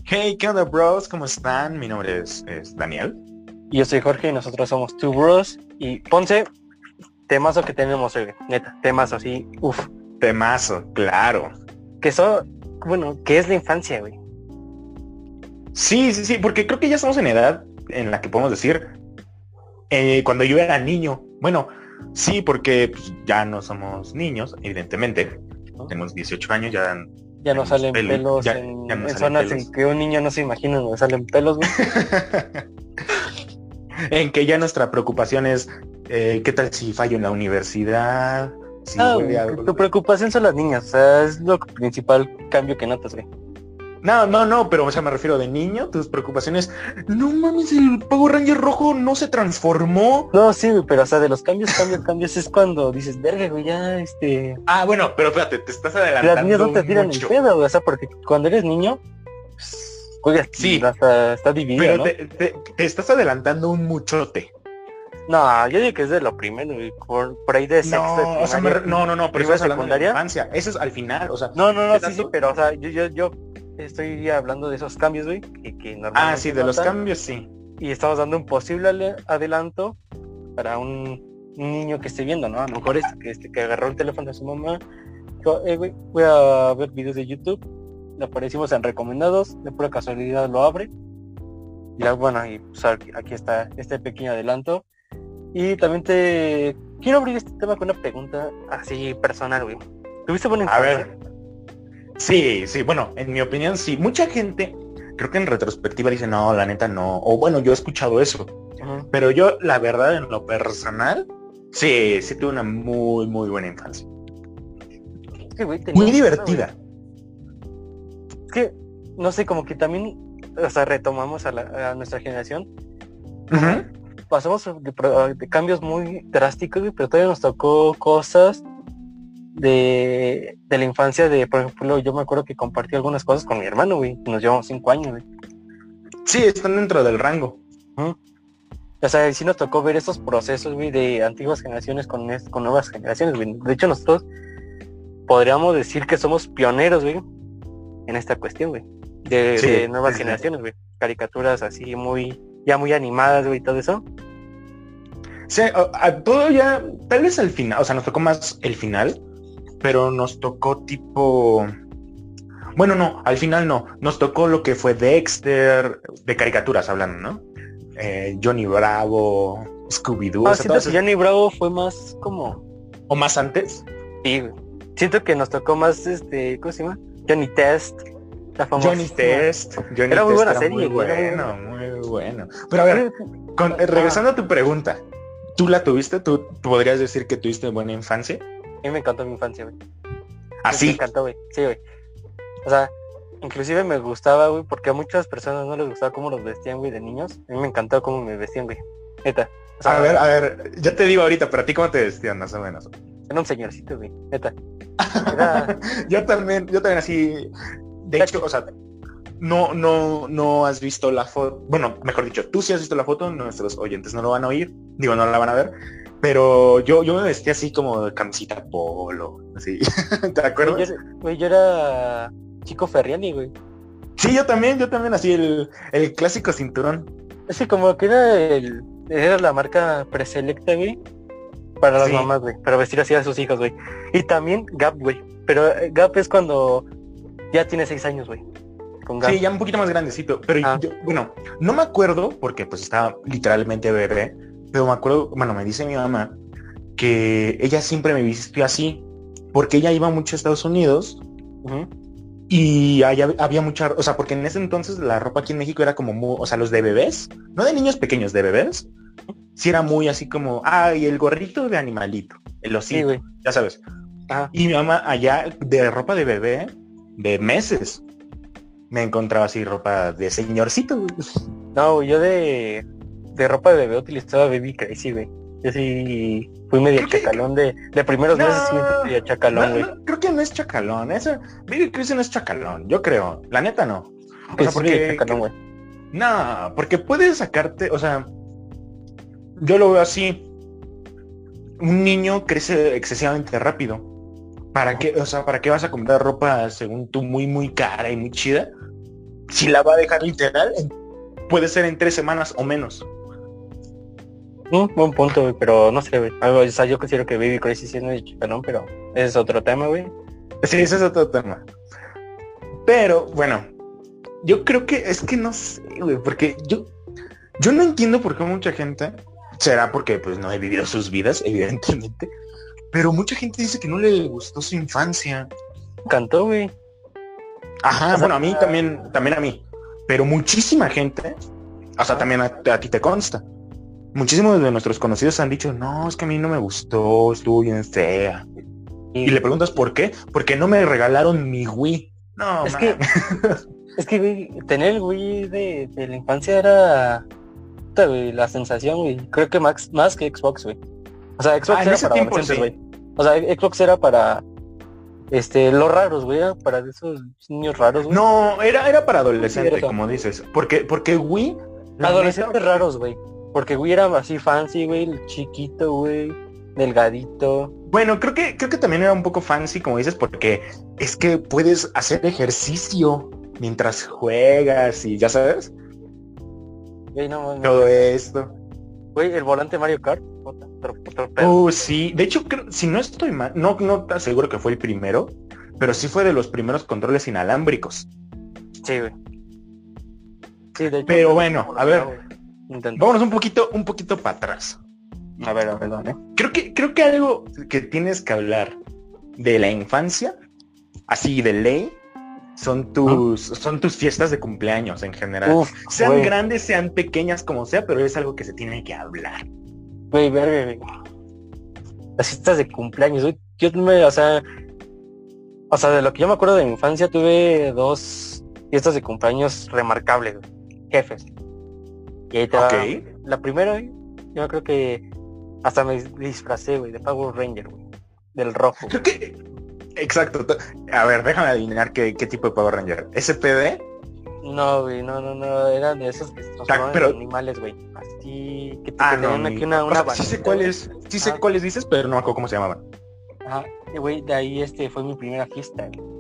Hey, ¿qué onda, bros? ¿Cómo están? Mi nombre es Daniel. Y yo soy Jorge y nosotros somos Two Bros. Y Ponce, temazo que tenemos hoy, güey. Neta, temazo así, uff. Temazo, claro. Que son, bueno, que es la infancia, güey. Sí, sí, sí, porque creo que ya estamos en edad en la que podemos decir cuando yo era niño. Bueno, sí, porque pues, ya no somos niños, evidentemente. ¿No? Tenemos 18 años, ya Ya no tenemos salen pelo, pelos ya no en salen zonas en pelos. que un niño no se imagina donde salen pelos, güey. En que ya nuestra preocupación es ¿qué tal si fallo en la universidad? Si Ah, voy a... que tu preocupación son las niñas, o sea, es lo principal cambio que notas, güey. No, pero o sea, me refiero de niño, tus preocupaciones, no mames, el Power Ranger rojo no se transformó. No, sí, güey, pero o sea, de los cambios es cuando dices, verga, güey, ya, Ah, bueno, pero espérate, te estás las niñas no adelantando te tiran el mucho. pedo, güey, o sea, porque cuando eres niño, pues, juegas, Sí, hasta está dividido, pero ¿no? te estás adelantando un muchote. No, yo digo que es de lo primero, güey, por ahí de sexto de No, o sea, primaria, no, pero primero de estás hablando de la secundaria. infancia. Eso es al final, o sea, No, ¿qué sí, tanto? pero o sea, yo estoy hablando de esos cambios, güey, que Ah, normalmente sí, de los notan, cambios, sí. y estamos dando un posible adelanto para un niño que esté viendo, ¿no? A lo mejor que agarró el teléfono de su mamá, dijo, güey, voy a ver videos de YouTube, le aparecimos en recomendados, de pura casualidad lo abre, y ya, bueno, y pues, aquí está este pequeño adelanto. Y también te quiero abrir este tema con una pregunta así personal, güey. ¿Tuviste buena A infancia? ver, sí, sí, bueno, en mi opinión, sí. Mucha gente, creo que en retrospectiva dice, no, la neta no. O bueno, yo he escuchado eso. Ujú. Pero yo, la verdad, en lo personal, sí, sí tuve una muy, muy buena infancia. Es que, güey, Muy teníamos eso, güey. divertida. Es que, no sé, como que también, o sea, retomamos a nuestra generación. Como Ujú. pasamos de cambios muy drásticos, güey, pero todavía nos tocó cosas de la infancia de, por ejemplo, yo me acuerdo que compartí algunas cosas con mi hermano, güey. Nos llevamos 5 años, güey. Sí, están dentro del rango. Ujú. O sea, sí nos tocó ver esos procesos, güey, de antiguas generaciones con nuevas generaciones, güey. De hecho, nosotros podríamos decir que somos pioneros, güey, en esta cuestión, güey. De Sí, nuevas sí, sí. generaciones, güey. Caricaturas así ya muy animadas, güey, y todo eso. Sí, todo ya, tal vez al final, o sea, nos tocó más el final, pero nos tocó tipo... Bueno, no, al final no. Nos tocó lo que fue Dexter, de caricaturas hablando, ¿no? Johnny Bravo, Scooby-Doo, o sea, Siento todas que esas... Johnny Bravo fue más como... O más antes. Sí, güey. Siento que nos tocó más, ¿cómo se llama? Johnny Test, la Johnny famosísima. Test. Johnny Era muy Test buena era muy serie, güey. Era muy bueno, buena. muy bueno. Pero a ver, Ah, regresando a tu pregunta, ¿tú la tuviste? ¿Tú podrías decir que tuviste buena infancia? a mí me encantó mi infancia, güey. Me Así. encantó, güey. Sí, güey. O sea, inclusive me gustaba, güey, porque a muchas personas no les gustaba cómo los vestían, güey, de niños. A mí me encantaba cómo me vestían, güey. Neta. O sea, A ver, ya te digo ahorita, pero a ti cómo te vestían más o menos. era un señorcito, güey. Neta. Era, Yo también así, de era hecho, o chido. sea, no has visto la foto, bueno, mejor dicho, tú sí has visto la foto, nuestros oyentes no lo van a oír, digo, no la van a ver, pero yo me vestía así como de camisita polo, así, ¿te acuerdas? Güey, yo era chico Ferriani, güey. Sí, yo también, así el clásico cinturón. Es que como que era la marca preselecta, güey, para las Sí, mamás, güey, para vestir así a sus hijos, güey. Y también Gap, güey. Pero Gap es cuando ya tiene 6 años, güey. Con Gap. sí, ya un poquito más grandecito, pero Ah, yo, bueno, no me acuerdo, porque pues estaba literalmente bebé, pero me acuerdo, bueno, me dice mi mamá que ella siempre me vistió así, porque ella iba mucho a Estados Unidos ujú. y allá había mucha, o sea, porque en ese entonces la ropa aquí en México era como muy, o sea, los de bebés, no de niños pequeños, de bebés, sí era muy así como, y el gorrito de animalito, el Sí, osito, güey. ya sabes. Ajá. Y mi mamá allá de ropa de bebé, de meses, me encontraba así ropa de señorcito, güey. No, güey, yo de ropa de bebé utilizaba Baby Crazy, güey. Yo sí fui medio Creo que, chacalón de primeros meses, sí no, medio chacalón, güey. creo que no es chacalón, eso, Baby Chris no es chacalón, yo creo, la neta no. O Que sea, sí medio porque, chacalón, güey. no, porque puedes sacarte, o sea, yo lo veo así, un niño crece excesivamente rápido. ¿Para qué? O sea, ¿para qué vas a comprar ropa según tú muy, muy cara y muy chida? si la va a dejar literal, puede ser en 3 semanas o menos. Buen punto, güey, pero no sé, güey. O sea, yo considero que Baby Crazy sí es muy chicalón, pero ese es otro tema, güey. Sí, ese es otro tema. Pero, bueno, yo creo que es que no sé, güey, porque yo no entiendo por qué mucha gente, será porque pues no he vivido sus vidas, evidentemente, pero mucha gente dice que no le gustó su infancia. Cantó, güey. Ajá, O sea, bueno, a mí también a mí, pero muchísima gente, o sea, también a ti te consta. Muchísimos de nuestros conocidos han dicho, no, es que a mí no me gustó, estuvo bien fea. Y le preguntas por qué, porque no me regalaron mi Wii. No, es man. que, güey, tener el Wii de la infancia era, puta, güey, la sensación, güey. Creo que más que Xbox, güey. O sea, Xbox en era ese para tiempo, adolescentes, sí. güey. O sea, Xbox era para, los raros, güey, era para esos niños raros, güey. No, era para adolescente, Cierto. como dices. Porque Wii, la Adolescentes neta, raros, güey. Porque Wii era así fancy, güey, chiquito, güey, delgadito. bueno, creo que también era un poco fancy, como dices, porque es que puedes hacer ejercicio mientras juegas y ya sabes, Güey, no, todo esto. güey, el volante Mario Kart, otro pedo. Sí, de hecho, si no estoy mal, no te aseguro que fue el primero, pero sí fue de los primeros controles inalámbricos. Sí, güey. Sí, de hecho. Pero bueno, a ver, Intento. vámonos un poquito para atrás. A ver, ¿dónde? Creo que algo que tienes que hablar de la infancia, así de ley, son tus fiestas de cumpleaños en general. Uf, sean güey. grandes, sean pequeñas, como sea, pero es algo que se tiene que hablar. Güey, verga, güey. Las fiestas de cumpleaños, güey. O sea, de lo que yo me acuerdo de mi infancia, tuve 2 fiestas de cumpleaños remarcables, güey. Jefes. Y ahí te va. Ok. La primera, güey, yo creo que hasta me disfracé, güey, de Power Ranger, güey. Del rojo. Creo que... Exacto. A ver, déjame adivinar qué tipo de Power Ranger. ¿SPD? No, güey, no, eran de esos que se transformaban pero- en animales, güey. Así que Ah, tenían no. aquí O una sea, sí sé bandita, cuáles, sí sé Ah. cuáles dices, pero no me acuerdo cómo se llamaban. Ajá, y, güey, de ahí fue mi primera fiesta, güey.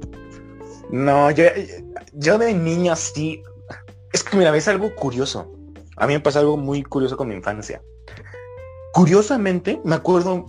No, yo de niño sí. Es que mira, ves algo curioso. A mí me pasa algo muy curioso con mi infancia. Curiosamente, me acuerdo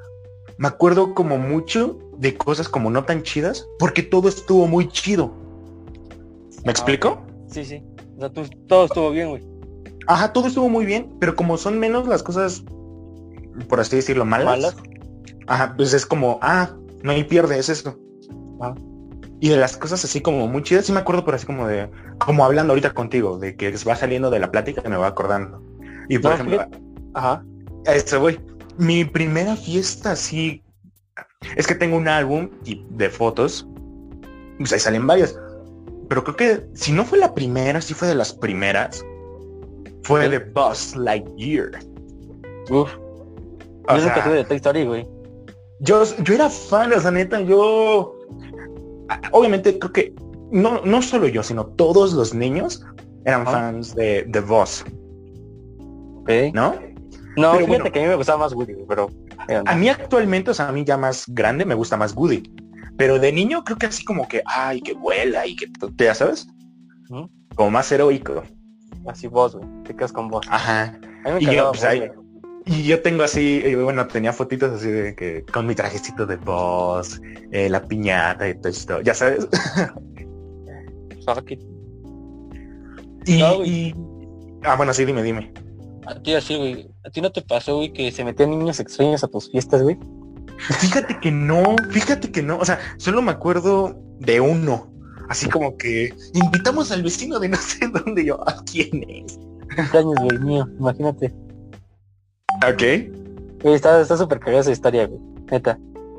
como mucho de cosas como no tan chidas, porque todo estuvo muy chido. ¿Me explico? Sí, sí. O sea, todo estuvo bien, güey. Ajá, todo estuvo muy bien, pero como son menos las cosas, por así decirlo, malas. Ajá, pues es como, no hay pierde, es eso. Ajá. Y de las cosas así como muy chidas, sí me acuerdo por así como como hablando ahorita contigo, de que va saliendo de la plática y me va acordando. Y por No, ejemplo, fíjate. Ajá. a eso voy. Mi primera fiesta así, es que tengo un álbum de fotos, pues ahí salen varias. Pero creo que si no fue la primera, sí fue de las primeras. Fue Sí. de Buzz Lightyear. Uf. O Yo nunca sea, tuve de Toy Story, güey. yo era fan, o sea, neta, obviamente creo que no solo yo, sino todos los niños eran Ajá. fans de Buzz, Ok. ¿no? No, Pero fíjate bueno. que a mí me gustaba más Woody, güey, pero... A mí actualmente, o sea, a mí ya más grande me gusta más Woody. Pero de niño creo que así como que, que vuela y que, ya sabes, Ujú. como más heroico. Así vos, güey. Te quedas con vos. Ajá. A mí me Y yo, cagaba pues, Buzz, ahí- güey. Y yo tengo así, bueno, tenía fotitos así de que con mi trajecito de Buzz, la piñata y todo esto, ya sabes. Fuck it. Y, No, güey. y- bueno, sí, dime. A ti así, güey. ¿A ti no te pasó, güey, que se metían niños extraños a tus fiestas, güey? Fíjate que no, o sea, solo me acuerdo de uno, así como que invitamos al vecino de no sé dónde, y yo, ¿a quién es? Cumpleaños, güey, mío. Imagínate. Ok. Güey, está súper cagada esa historia, güey. Neta.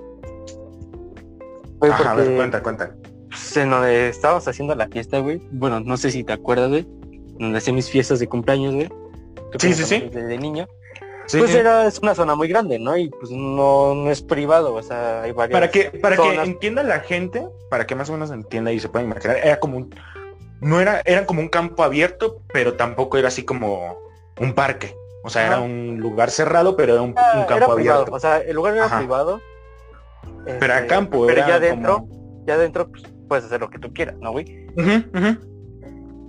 Güey, Ajá, a ver, porque... cuenta. Pues, en donde estábamos haciendo la fiesta, güey. Bueno, no sé si te acuerdas, güey. Donde hacía mis fiestas de cumpleaños, güey. Creo que Sí. Desde niño. Sí, Pues sí. es una zona muy grande, ¿no? Y pues no es privado, o sea, hay varias Para que zonas. entienda la gente, para que más o menos entienda y se pueda imaginar, era como era como un campo abierto, pero tampoco era así como un parque. O sea, Ajá. era un lugar cerrado, pero era un Era campo privado, abierto. o sea, el lugar era Ajá. privado. Pero era campo, pero era ya adentro, como- ya adentro pues, puedes hacer lo que tú quieras, ¿no, güey? Ujú.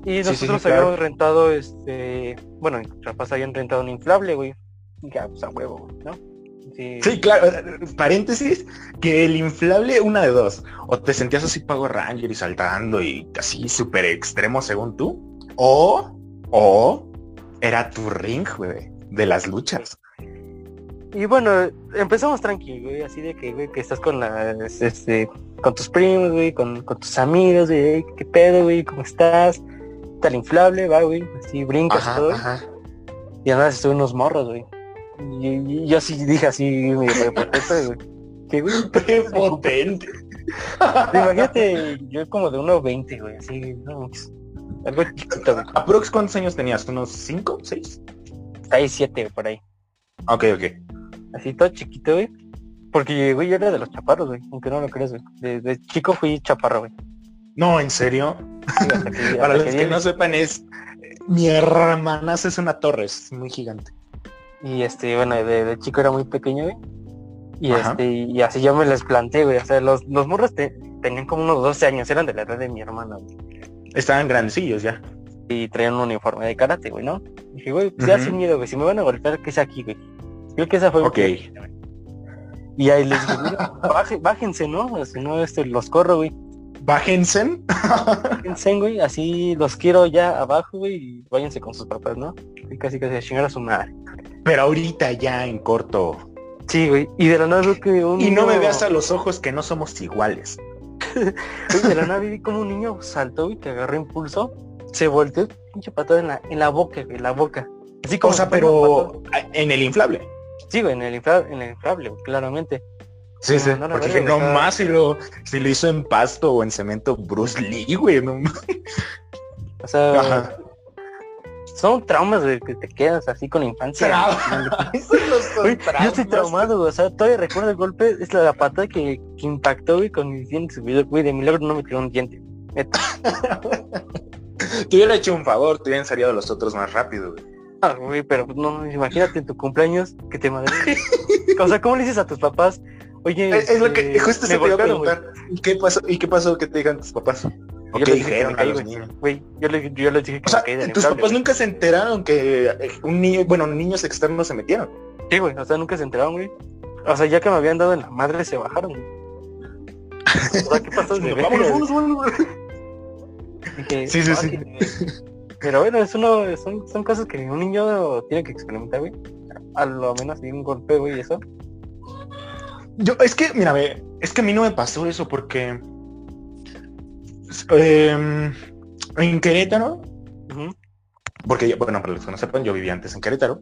Y Sí, sí, sí, nosotros claro. habíamos rentado, bueno, mis papás habían rentado un inflable, güey. Y ya, pues a huevo, ¿no? Sí, Sí, claro, paréntesis, que el inflable, una de dos, o te sentías así Power Ranger y saltando y así súper extremo según tú, o era tu ring, güey, de las luchas. y bueno, empezamos tranqui, güey, así de que, güey, que estás con con tus primos, güey, con tus amigos, güey, "Ey, ¿qué pedo, güey? ¿Cómo estás? Tal inflable, va, güey, así brincas y Ajá, todo, güey. ajá. Y además estuve unos morros, güey. Y yo sí dije así, medio prepotente, güey. Que, güey, Prepotente. imagínate, yo como de 1.20, güey, así, no, manches, algo chiquito, güey. ¿Aprox cuántos años tenías? ¿Unos 5, 6? 6, 7, por ahí. Ok, ok. Así todo chiquito, güey. Porque, güey, yo era de los chaparros, güey, aunque no lo creas, güey. De chico fui chaparro, güey. No, ¿en serio? Sí, hasta que, Para hasta los que que vi- no sepan es, mi hermanazo es una torre, es muy gigante. Y bueno, de chico era muy pequeño, güey. Y Ajá. y así yo me les planté, güey. O sea, los morros tenían como unos 12 años, eran de la edad de mi hermana, güey. Estaban grandecillos ya. Y traían un uniforme de karate, güey, ¿no? Y dije, güey, pues ya sin miedo, güey, si me van a golpear, que sea aquí, güey. Creo que esa fue mi Ok. primera pelea, güey. Y ahí les dije, mira, bájense, ¿no? Si no, los corro, güey. Bájense. Bájense, güey, así los quiero ya abajo, güey, y váyanse con sus papás, ¿no? Y casi a chingar a su madre. Pero ahorita ya en corto. Sí, güey, y de la nada veo que un Y no niño... me veas a los ojos que no somos iguales. Güey, de la nada vi como un niño saltó, güey, que agarró impulso, se volteó, pinche patada en la boca, güey, la boca. Así como O sea, si fuera una pero patada. en el inflable. Sí, güey, en el inflable, güey, claramente. Sí, Me sí. mandó a la Porque verga, dije, no güey, más si lo hizo en pasto o en cemento Bruce Lee, güey. No. o sea, Ajá. son traumas, güey, que te quedas así con la infancia. Esos no son Güey, yo estoy traumas. traumado, güey, o sea, todavía recuerdo el golpe, es la patada que impactó, güey, con mis dientes, güey, de milagro no me tiró un diente. Neta. Te hubiera hecho un favor, te hubieran salido los otros más rápido, güey. Ah, güey, pero no, imagínate en tu cumpleaños que te madre. O sea, ¿cómo le dices a tus papás? Oye, Es lo que justo me se te iba a golpearon, güey. preguntar. ¿Qué pasó? ¿Y qué pasó que te digan tus papás? ¿O Yo qué les dije que dijeron me a caí, los güey. niños? Güey, yo les dije que O sea, me caí del tus inflable, papás güey. nunca se enteraron que un niño, bueno, niños externos se metieron. Sí, güey, o sea, nunca se enteraron, güey. O sea, ya que me habían dado en la madre, se bajaron, güey. O sea, ¿qué pasó? De verga, güey. Vámonos. Dije, Sí, sí, "Ah, sí. Pero bueno, son cosas que un niño tiene que experimentar, güey. A lo menos hay un golpe, güey, y eso. Es que, mira, es que a mí no me pasó eso porque en Querétaro, Ujú. porque, bueno, para los que no sepan, yo vivía antes en Querétaro.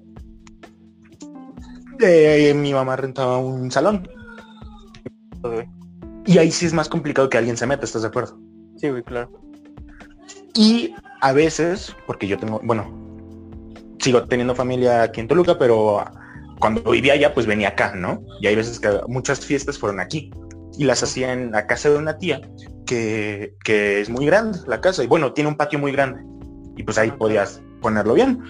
Mi mamá rentaba un salón Pues, güey. y ahí sí es más complicado que alguien se meta, ¿estás de acuerdo? Sí, güey, claro. Y a veces, porque yo tengo, bueno, sigo teniendo familia aquí en Toluca, pero cuando vivía allá, pues venía acá, ¿no? Y hay veces que muchas fiestas fueron aquí y las hacía en la casa de una tía que es muy grande la casa y bueno, tiene un patio muy grande y pues ahí podías ponerlo bien.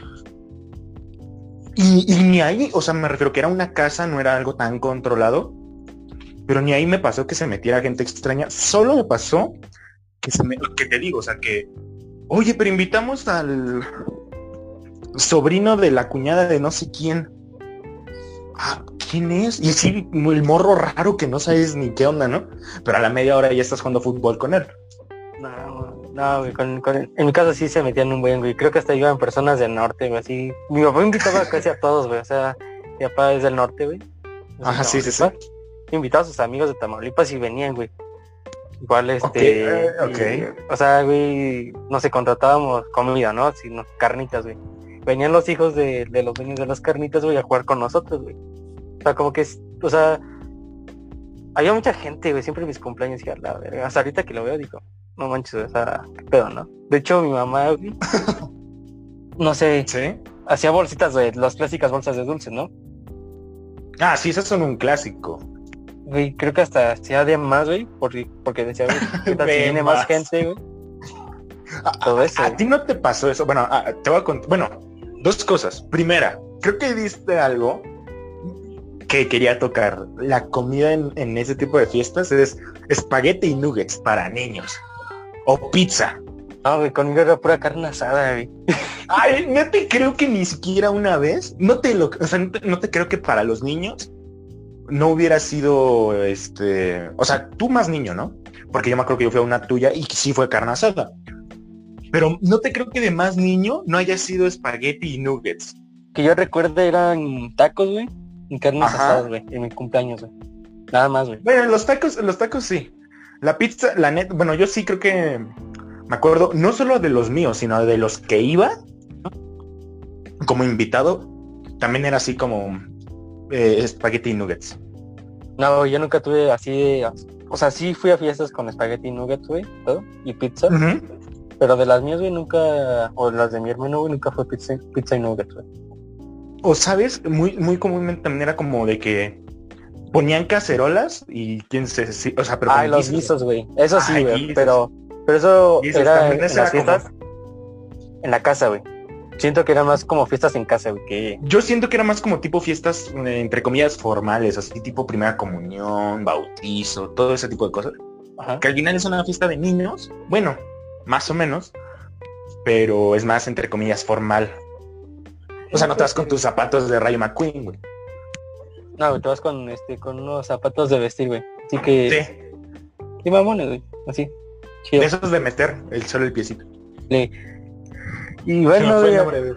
Y ni ahí, o sea, me refiero que era una casa, no era algo tan controlado, pero ni ahí me pasó que se metiera gente extraña, solo me pasó que te digo, o sea, que, oye, pero invitamos al sobrino de la cuñada de no sé quién. Ah, ¿quién es? Y sí, el morro raro que no sabes ni qué onda, ¿no? Pero a la media hora ya estás jugando fútbol con él. No, güey, en mi casa sí se metían un buen, güey. Creo que hasta iban personas del norte, güey, así. Mi papá invitaba casi a todos, güey. O sea, mi papá es del norte, güey. Ajá, sí, sí, sí. Invitaba a sus amigos de Tamaulipas y venían, güey. Igual, Ok. o sea, güey, no sé, contratábamos comida, ¿no? Sino carnitas, güey. Venían los hijos de los dueños de las carnitas, güey, a jugar con nosotros, güey. O sea, como que, o sea, había mucha gente, güey, siempre en mis cumpleaños y a la verga. Hasta ahorita que lo veo, digo, no manches, o sea, qué pedo, ¿no? De hecho, mi mamá, güey, no sé, ¿Sí? hacía bolsitas, güey, las clásicas bolsas de dulces, ¿no? Ah, sí, esas son un clásico. Güey, creo que hasta hacía de más, güey, porque decía, güey, ¿qué tal si De viene más. más gente, güey? Todo eso, ¿A güey. ti no te pasó eso? Bueno, te voy a contar. Bueno, dos cosas. Primera, creo que diste algo que quería tocar. La comida en ese tipo de fiestas es espagueti y nuggets para niños. O pizza. No, güey, conmigo era pura carne asada, güey. Ay, no te creo que ni siquiera una vez. O sea, no te creo que para los niños no hubiera sido, o sea, tú más niño, ¿no? Porque yo me acuerdo que yo fui a una tuya y sí fue carne asada. Pero no te creo que de más niño no haya sido espagueti y nuggets. Que yo recuerdo eran tacos, güey, y carnes asadas, güey, en mi cumpleaños, güey. Nada más, güey. Bueno, los tacos sí. La pizza, la neta, bueno, yo sí creo que me acuerdo, no solo de los míos, sino de los que iba como invitado, también era así como espagueti y nuggets. No, yo nunca tuve así de... O sea, sí fui a fiestas con espagueti y nuggets, güey, todo, y pizza. Uh-huh. Pero de las mías, güey, nunca... O las de mi hermano, güey, nunca fue pizza y nuggets, güey. O sabes, muy comúnmente también era como de que ponían cacerolas y quién se... Sí, o sea, pero ah, los guisos, güey. Eso sí, güey, pero eso guisos, era en las fiestas como... en la casa, güey. Siento que era más como fiestas en casa, güey, que... Yo siento que era más como tipo fiestas, entre comillas, formales, así tipo primera comunión, bautizo, todo ese tipo de cosas. Ajá. Que al final es una fiesta de niños, bueno, más o menos, pero es más, entre comillas, formal. O sea, no te vas con tus zapatos de Rayo McQueen, güey. No, güey, te vas con unos zapatos de vestir, güey. Así que... Sí, mamones, güey, así. Chido. De esos de meter solo el piecito. Sí. Y bueno, güey,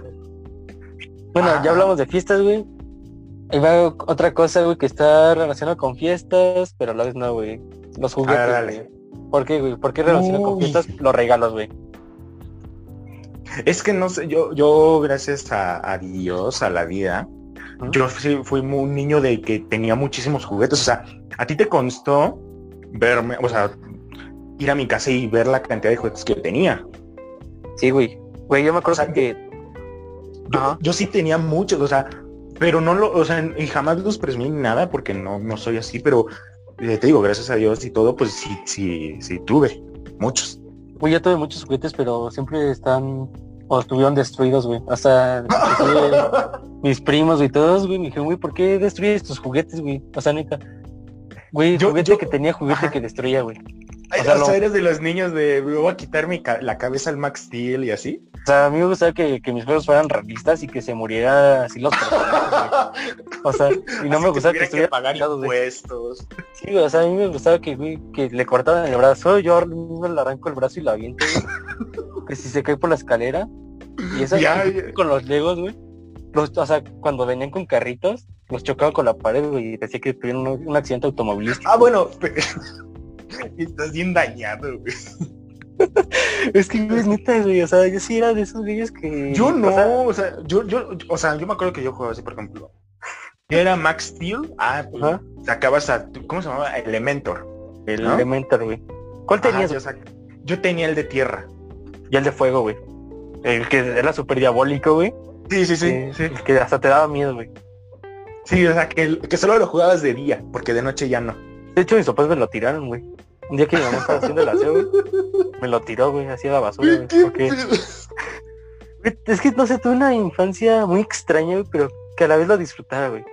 bueno, ya hablamos de fiestas, güey. Ahí va otra cosa, güey, que está relacionada con fiestas, pero a la vez no, güey. Los juguetes, güey. ¿Por qué, güey? ¿Por qué relacionado con fiestas? Los regalos, güey. Es que no sé, yo gracias a Dios, a la vida, yo sí fui un niño de que tenía muchísimos juguetes. O sea, a ti te constó verme, o sea, ir a mi casa y ver la cantidad de juguetes que yo tenía. Sí, güey. Güey, yo me acuerdo, o sea, que... Yo sí tenía muchos, o sea, pero no o sea, y jamás los presumí ni nada porque no soy así, pero te digo, gracias a Dios y todo, pues sí tuve muchos. Güey, yo tuve muchos juguetes, pero siempre están o estuvieron destruidos, güey. Hasta mis primos y todos, güey, me dijeron, güey, ¿por qué destruyes tus juguetes, güey? O sea, neta. Güey, juguete que tenía, juguete que destruía, güey. O sea, eres de los niños de me voy a quitar la cabeza al Max Steel y así. O sea, a mí me gustaba que mis juegos fueran realistas y que se muriera así los personajes, güey. O sea, y no me gustaba que estuviera pagar impuestos. Sí, güey, o sea, a mí me gustaba que le cortaran el brazo, yo mismo le arranco el brazo y lo aviento, güey. Que si se cae por la escalera. Y eso con los Legos, güey. O sea, cuando venían con carritos, los chocaba con la pared, güey, y decía que tuvieron un accidente automovilístico. Ah, bueno, estás bien dañado, güey. Es que güey, es neta, güey, o sea, yo sí era de esos niños que... Yo no, o sea, yo me acuerdo que yo jugaba así, por ejemplo. Yo era Max Steel, pues sacabas a, ¿cómo se llamaba? Elementor. ¿No? Elementor, güey. ¿Cuál tenías? Yo tenía el de tierra. Y el de fuego, güey. El que era súper diabólico, güey. Sí. El que hasta te daba miedo, güey. Sí, o sea, que solo lo jugabas de día, porque de noche ya no. De hecho, mis papás me lo tiraron, güey. Un día que mi mamá estaba haciendo el aseo, güey, me lo tiró, güey, así a la basura, güey. Porque... Es que, no sé, tuve una infancia muy extraña, güey, pero que a la vez lo disfrutaba, güey.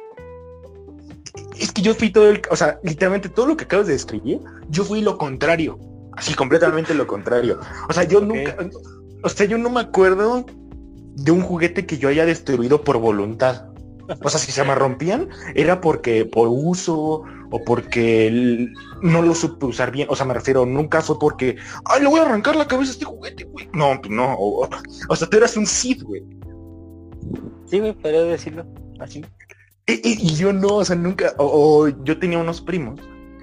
Es que yo fui o sea, literalmente todo lo que acabas de describir, yo fui lo contrario. Así, completamente lo contrario. O sea, yo nunca... O sea, yo no me acuerdo de un juguete que yo haya destruido por voluntad. O sea, si se me rompían, era por uso o porque no lo supe usar bien. O sea, me refiero, nunca fue porque, ay, le voy a arrancar la cabeza a este juguete, güey. No, pues no. O sea, tú eras un Sith, güey. Sí, güey, podría decirlo así. Y yo no, o sea, nunca. O yo tenía unos primos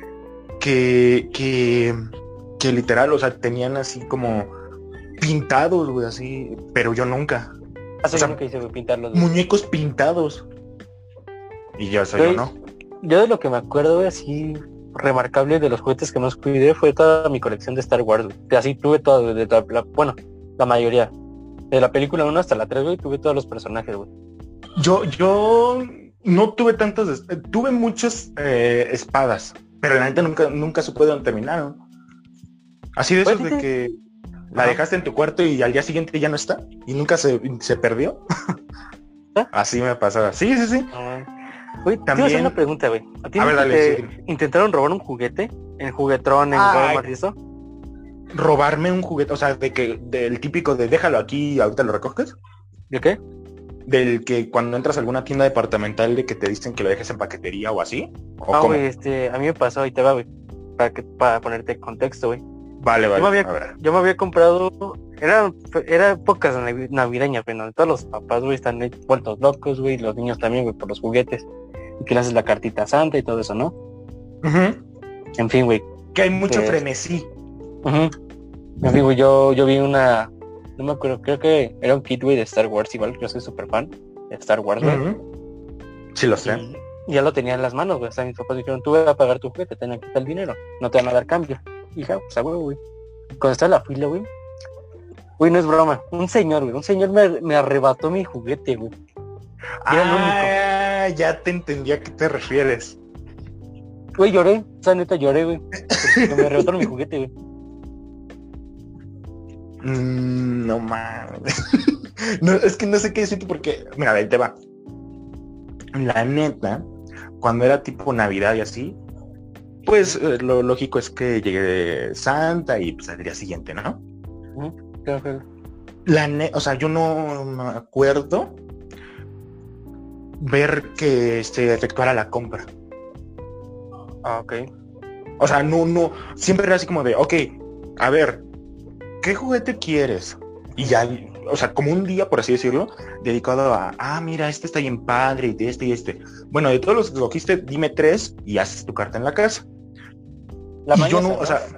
que literal, o sea, tenían así como pintados, güey, así, pero yo nunca. O sea, nunca hice, güey, pintarlos. Muñecos pintados. Y yo no. Yo de lo que me acuerdo, güey, así remarcable de los juguetes que más cuidé fue toda mi colección de Star Wars, güey. Que así tuve todo, la mayoría. De la película 1 hasta la 3, güey, tuve todos los personajes, güey. Yo no tuve tantos, tuve muchas espadas, pero la neta nunca supe dónde terminaron. Así de esos de que la dejaste en tu cuarto y al día siguiente ya no está y nunca se perdió. Así me pasaba. Sí. Güey, también... te iba a hacer una pregunta, güey. ¿A ti intentaron robar un juguete? ¿En Juguetrón, en Walmart y eso? robarme un juguete, o sea, del típico de déjalo aquí y ahorita lo recoges. ¿De qué? Del que cuando entras a alguna tienda departamental de que te dicen que lo dejes en paquetería o así. ¿O cómo? Güey, a mí me pasó, ahí te va, güey. Para ponerte en contexto, güey. Vale, Yo a ver. me había comprado, era épocas navideñas, güey, donde todos los papás, güey, están vueltos locos, güey, los niños también, güey, por los juguetes. Y que le haces la cartita santa y todo eso, ¿no? En fin, güey. Que hay mucho frenesí. En fin, güey, yo vi una, no me acuerdo, creo que era un kit, güey, de Star Wars, igual, yo soy súper fan de Star Wars, güey. Sí, lo sé. Y ya lo tenía en las manos, güey, o sea, mis papás dijeron, tú vas a pagar tu juguete, ten aquí está el dinero, no te van a dar cambio. Y ya, pues a huevo, güey. Cuando está en la fila, güey, no es broma, un señor me arrebató mi juguete, güey. Era el único. Ya te entendí a qué te refieres. Güey, lloré, o sea, neta lloré, güey. Porque me arrebataron mi juguete, güey. No mames. No, es que no sé qué decirte porque, mira, ahí te va. La neta, cuando era tipo Navidad y así, pues lo lógico es que llegue Santa y pues al día siguiente, ¿no? Claro. O sea, yo no me acuerdo ver que se efectuara la compra. Ok. O sea, no, siempre era así como de, ok, a ver, ¿qué juguete quieres? Y ya, o sea, como un día, por así decirlo, dedicado a, mira, este está bien padre, y este y este. Bueno, de todos los que cogiste, dime 3 y haces tu carta en la casa. Y yo no, o sea,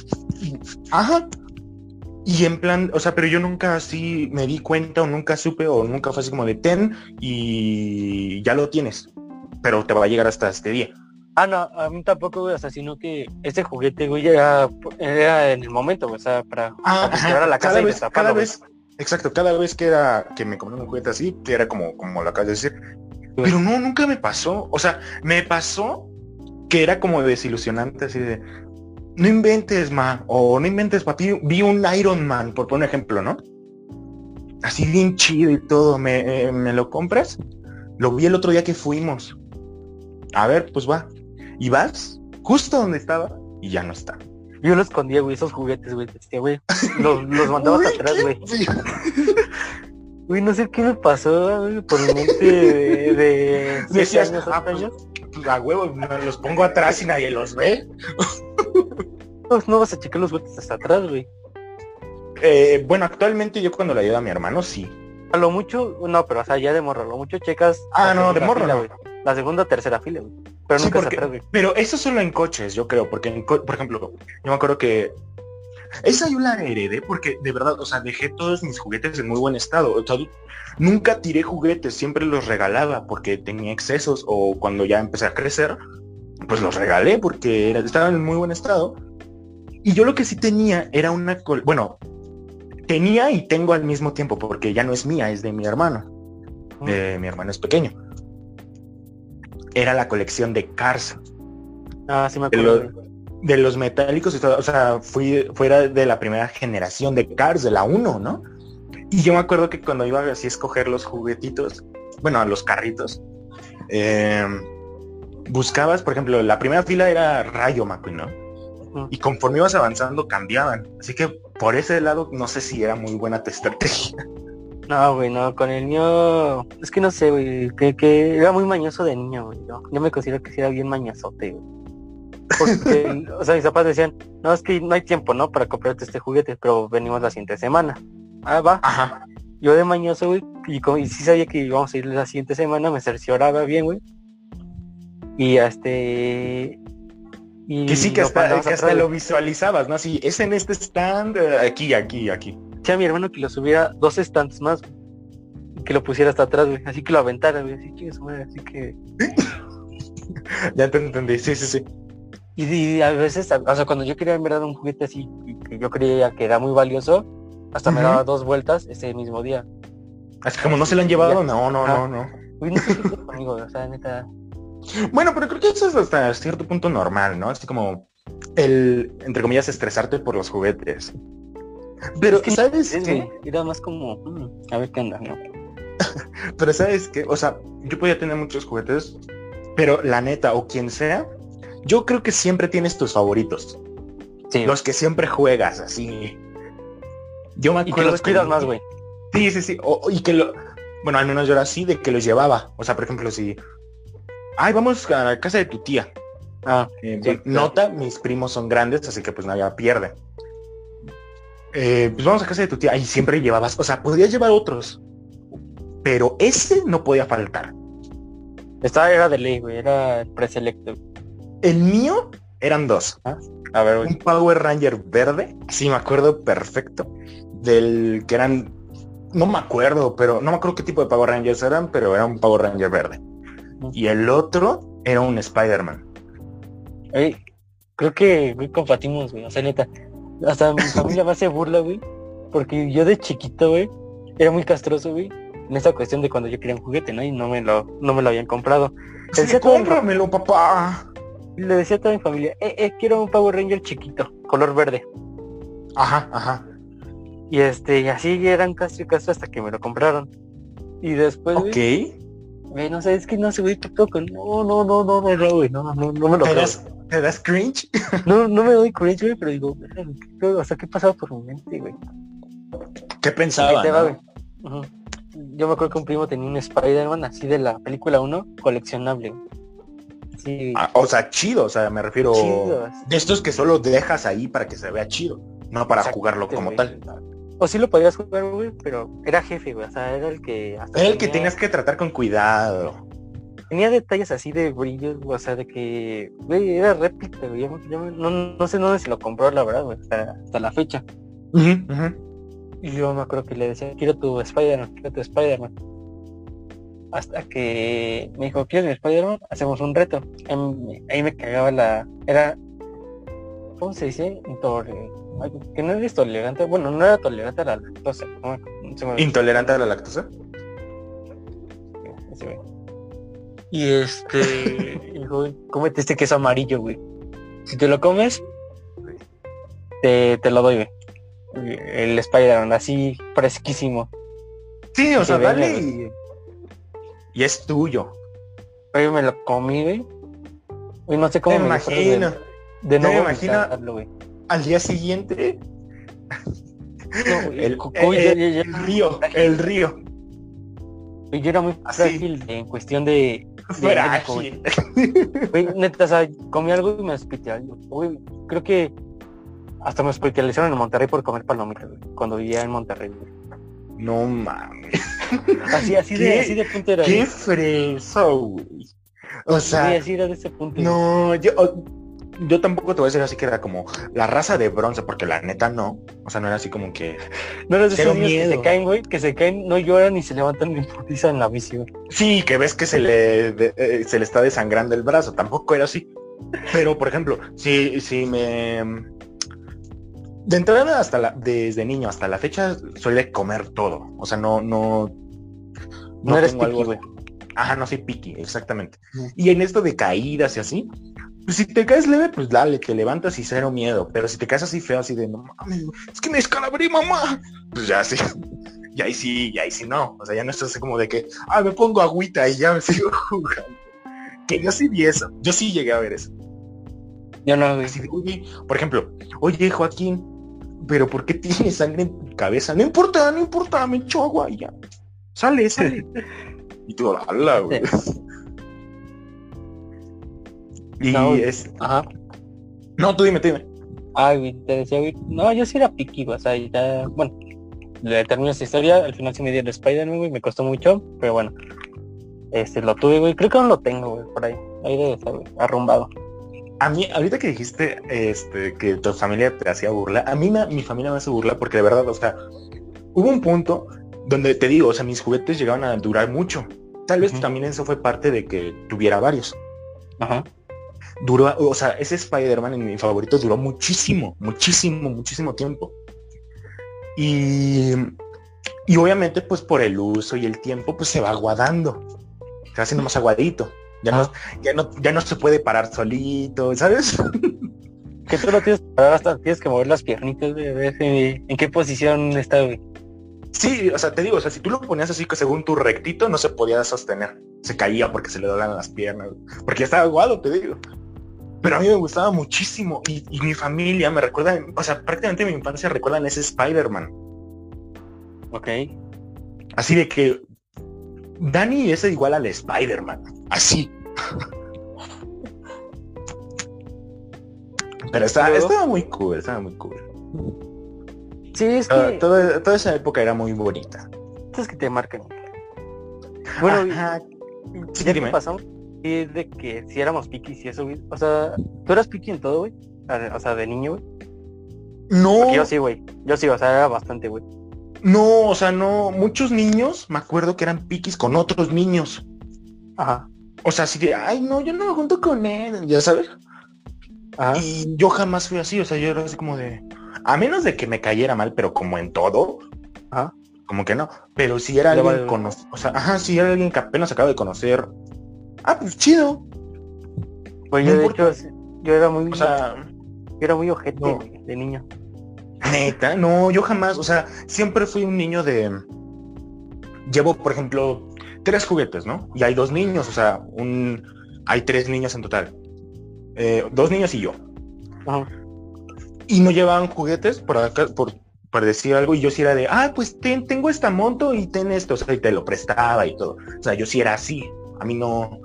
ajá. Y en plan, o sea, pero yo nunca así me di cuenta o nunca supe o nunca fue así como de ten y ya lo tienes, pero te va a llegar hasta este día. No, a mí tampoco, güey, o sea, sino que ese juguete, güey, era en el momento, güey, o sea, para llegar a la casa cada vez, exacto, cada vez que me compraron un juguete así, que era como lo acabas de decir, pero no, nunca me pasó, o sea, me pasó que era como desilusionante, así de, no inventes, o no inventes, papi, vi un Iron Man, por poner un ejemplo, ¿no? Así bien chido y todo, ¿me lo compras? Lo vi el otro día que fuimos. A ver, pues va. Y vas justo donde estaba y ya no está. Yo lo escondía, güey, esos juguetes, güey, güey. Los mandaba hasta atrás, güey. Güey, no sé qué me pasó, güey, por mi mente de 7 años, 8 años. Pues a huevo, los pongo atrás y nadie los ve. No vas a checar los juguetes hasta atrás, güey. Bueno, actualmente yo cuando le ayudo a mi hermano, sí. A lo mucho, no, pero o sea, ya de morro, a lo mucho checas. No, de morro no. La segunda o tercera fila, güey. Pero nunca porque, atrás, güey. Pero eso solo en coches, yo creo, porque por ejemplo, yo me acuerdo que esa yo la heredé porque de verdad, o sea, dejé todos mis juguetes en muy buen estado. O sea, nunca tiré juguetes, siempre los regalaba porque tenía excesos o cuando ya empecé a crecer, pues los regalé porque estaban en muy buen estado. Y yo lo que sí tenía era tenía y tengo al mismo tiempo porque ya no es mía, es de mi hermano. Mi hermano es pequeño. Era la colección de Cars. Sí me acuerdo. De los metálicos y todo, o sea, fuera de la primera generación de Cars, de la 1, ¿no? Y yo me acuerdo que cuando iba así a escoger los juguetitos, bueno, los carritos, buscabas, por ejemplo, la primera fila era Rayo McQueen, ¿no? Y conforme ibas avanzando cambiaban. Así que por ese lado no sé si era muy buena tu estrategia. No, güey, no, con el mío, es que no sé, güey, que era muy mañoso de niño, güey. Yo me considero que sí era bien mañosote, güey. Porque, o sea, mis papás decían, no, es que no hay tiempo, ¿no? Para comprarte este juguete, pero venimos la siguiente semana. Va. Ajá. Yo de mañoso, güey, y sí sabía que íbamos a ir la siguiente semana, me cercioraba bien, güey. Y y que sí, que hasta lo visualizabas, ¿no? Así, es en este stand, aquí. Sí, a mi hermano que lo subiera 2 stands más, güey, y que lo pusiera hasta atrás, güey, así que lo aventara, güey, así que... Ya te entendí, sí. Y a veces, o sea, cuando yo quería en verdad un juguete así, que yo creía que era muy valioso, hasta me daba 2 vueltas ese mismo día. Así como no se lo han llevado, no. Uy, no sé qué pasa conmigo, o sea, neta... Bueno, pero creo que eso es hasta cierto punto normal, ¿no? Así como entre comillas, estresarte por los juguetes. Pero, es que ¿sabes qué? Era más como, a ver qué anda, ¿no? Pero, ¿sabes qué? O sea, yo podía tener muchos juguetes, pero la neta, o quien sea, yo creo que siempre tienes tus favoritos. Sí. Los que siempre juegas, así. Yo me Y que acuerdo los cuidas más, güey. Sí. Y que bueno, al menos yo era así, de que los llevaba. O sea, por ejemplo, si... Ay, vamos a la casa de tu tía. Sí, Nota, mis primos son grandes, así que pues nadie pierde. Pues vamos a casa de tu tía. Y siempre llevabas, o sea, podías llevar otros. Pero ese no podía faltar. Era de ley, güey. Era el preselecto. El mío eran dos. A ver, güey. Un Power Ranger verde, sí me acuerdo perfecto. Del que eran... No me acuerdo qué tipo de Power Rangers eran, pero era un Power Ranger verde. Y el otro era un Spider-Man. Creo que, güey, compartimos, güey. O sea, neta. Hasta mi familia me hace burla, güey. Porque yo de chiquito, güey, era muy castroso, güey. En esa cuestión de cuando yo quería un juguete, ¿no? Y no me lo habían comprado. Sí, cómpramelo, papá. Le decía a toda mi familia, quiero un Power Ranger chiquito, color verde. Ajá. Y así eran casi hasta que me lo compraron. Y después, güey, no sé, es que no sé, güey, tampoco. No, güey, no me lo creo. ¿Te das cringe? No me doy cringe, güey, pero digo, o sea, ¿qué pasaba por mi mente, güey? ¿Qué pensaba? ¿No? Yo me acuerdo que un primo tenía un Spider-Man así de la película 1, coleccionable. Sí. O sea, chido, o sea, me refiero chido. De estos que solo dejas ahí para que se vea chido, no para jugarlo como tal. O sí lo podías jugar, güey, pero era jefe, güey, o sea, era el que... Era el que tenías que tratar con cuidado. Tenía detalles así de brillos, o sea, de que, güey, era réplica, güey. Yo no sé dónde se lo compró, la verdad, güey, hasta la fecha. Y yo me acuerdo que le decía, quiero tu Spider-Man. Hasta que me dijo, ¿quieres mi Spider-Man? Hacemos un reto. Ahí me cagaba era, ¿cómo se dice? Que no eres tolerante, bueno, no era tolerante a la lactosa. ¿Intolerante a la lactosa? Sí, güey. Y dijo, cómete este queso amarillo, güey. Si te lo comes, te lo doy, güey. El Spider-Man, así fresquísimo. Sí, o sea, dale y es tuyo. Oye, me lo comí, güey. Uy, no sé cómo me imagino. De no me imagino al día siguiente. No, el río. Y yo era muy frágil en cuestión de frágil. Güey, neta, o sea, comí algo y me hospitalizó. Güey, creo que hasta me hospitalizaron en Monterrey por comer palomitas, güey, cuando vivía en Monterrey, güey. No mames. Así de punto era. Qué freso, güey. O sea, sí, así era de ese punto. No, yo tampoco te voy a decir así que era como la raza de bronce, porque la neta no. O sea, no era así como que... No era de esos niños que se caen, güey, que se caen, no lloran ni se levantan ni putiza en la bici, güey. Sí, que ves que se le está desangrando el brazo. Tampoco era así. Pero, por ejemplo, si me... De entrada desde niño hasta la fecha soy de comer todo. O sea, no eres piqui, güey. Ajá, no soy piqui, exactamente. Y en esto de caídas y así, pues si te caes leve, pues dale, te levantas y cero miedo. Pero si te caes así feo, así de no mames, es que me descalabré, mamá. Pues ya sí. Y ahí sí no. O sea, ya no estás así como de que, me pongo agüita y ya me sigo jugando. Que yo sí vi eso. Yo sí llegué a ver eso. Yo no, güey. Así de, oye, por ejemplo, oye, Joaquín, ¿pero por qué tienes sangre en tu cabeza? No importa, me echo agua y ya. Sale. Y tú, hala, güey. Y no, Ajá. No, tú dime. Ay, güey, te decía, güey. No, yo sí era piqui, güey. O sea, ya, bueno, le termino esta historia. Al final sí me dio el Spider-Man, güey. Me costó mucho, pero bueno. Lo tuve, güey. Creo que aún lo tengo, güey, por ahí. Ahí debe estar, güey, arrumbado. A mí, ahorita que dijiste que tu familia te hacía burla, a mí mi familia me hace burla porque de verdad, o sea, hubo un punto donde te digo, o sea, mis juguetes llegaban a durar mucho. Tal vez también eso fue parte de que tuviera varios. Ajá. Duró, o sea, ese Spider-Man en mi favorito duró muchísimo tiempo. Y obviamente, pues por el uso y el tiempo, pues se va aguadando. Se va haciendo más aguadito. Ya no se puede parar solito, ¿sabes? Que tú lo tienes que parar, hasta tienes que mover las piernitas, güey, a ver en qué posición está, güey. Sí, o sea, te digo, o sea, si tú lo ponías así que según tu rectito, no se podía sostener. Se caía porque se le doblaban las piernas. Porque ya estaba aguado, te digo. Pero a mí me gustaba muchísimo y mi familia me recuerda, o sea, prácticamente mi infancia recuerdan ese Spider-Man. Ok. Así de que Dani es igual al Spider-Man. Así. Pero estaba muy cool, estaba muy cool. Sí, es que... Toda esa época era muy bonita. Es que te marcan. Bueno, ajá. Sí, ya dime. que pasamos, y es de que si éramos piquis y eso, güey. O sea, ¿tú eras piqui en todo, güey? O sea, de niño, güey. No. Porque yo sí, güey. Yo sí, o sea, era bastante, güey. No, o sea, no. Muchos niños, me acuerdo que eran piquis con otros niños. Ajá. O sea, así de, ay, no, yo no me junto con él, ya sabes. Ajá. Y yo jamás fui así, o sea, yo era así como de... A menos de que me cayera mal, pero como en todo, Ajá. como que no. Pero si era alguien o sea, ajá, si era alguien que apenas acaba de conocer, pues chido. Pues No yo de importa. hecho, yo era muy, O sea, yo era muy ojete, no. güey, de niño. Neta, no, yo jamás, o sea, siempre fui un niño de... Llevo, por ejemplo, 3 juguetes, ¿no? Y hay 2 niños, o sea, hay 3 niños en total. 2 niños y yo. Ajá. Y no llevaban juguetes por acá, por decir algo, y yo sí era de, pues tengo esta moto y ten esto, o sea, y te lo prestaba y todo. O sea, yo sí era así. A mí no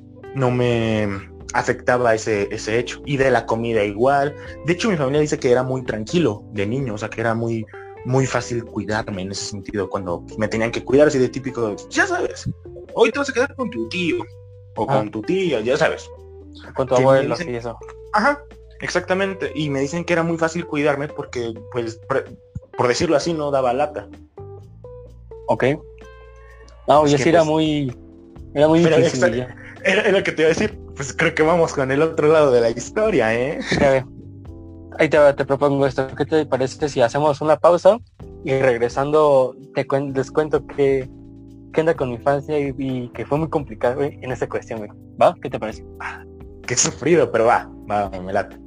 me afectaba ese hecho. Y de la comida igual. De hecho, mi familia dice que era muy tranquilo de niño, o sea, que era muy, muy fácil cuidarme en ese sentido, cuando me tenían que cuidar, así de típico, ya sabes, hoy te vas a quedar con tu tío, o con tu tía, ya sabes. Con tu Que abuelo, dicen, y eso. Ajá, exactamente. Y me dicen que era muy fácil cuidarme porque, pues, por decirlo así, no daba lata. Ok. No, Es yo que, sí era pues, muy pero difícil ya. era lo que te iba a decir. Pues creo que vamos con el otro lado de la historia, ¿eh? Ya ve. Ahí te propongo esto. ¿Qué te parece si hacemos una pausa y regresando les cuento qué anda con mi infancia y que fue muy complicado, güey, en esta cuestión, güey? ¿Va? ¿Qué te parece? Qué sufrido, pero va, me late.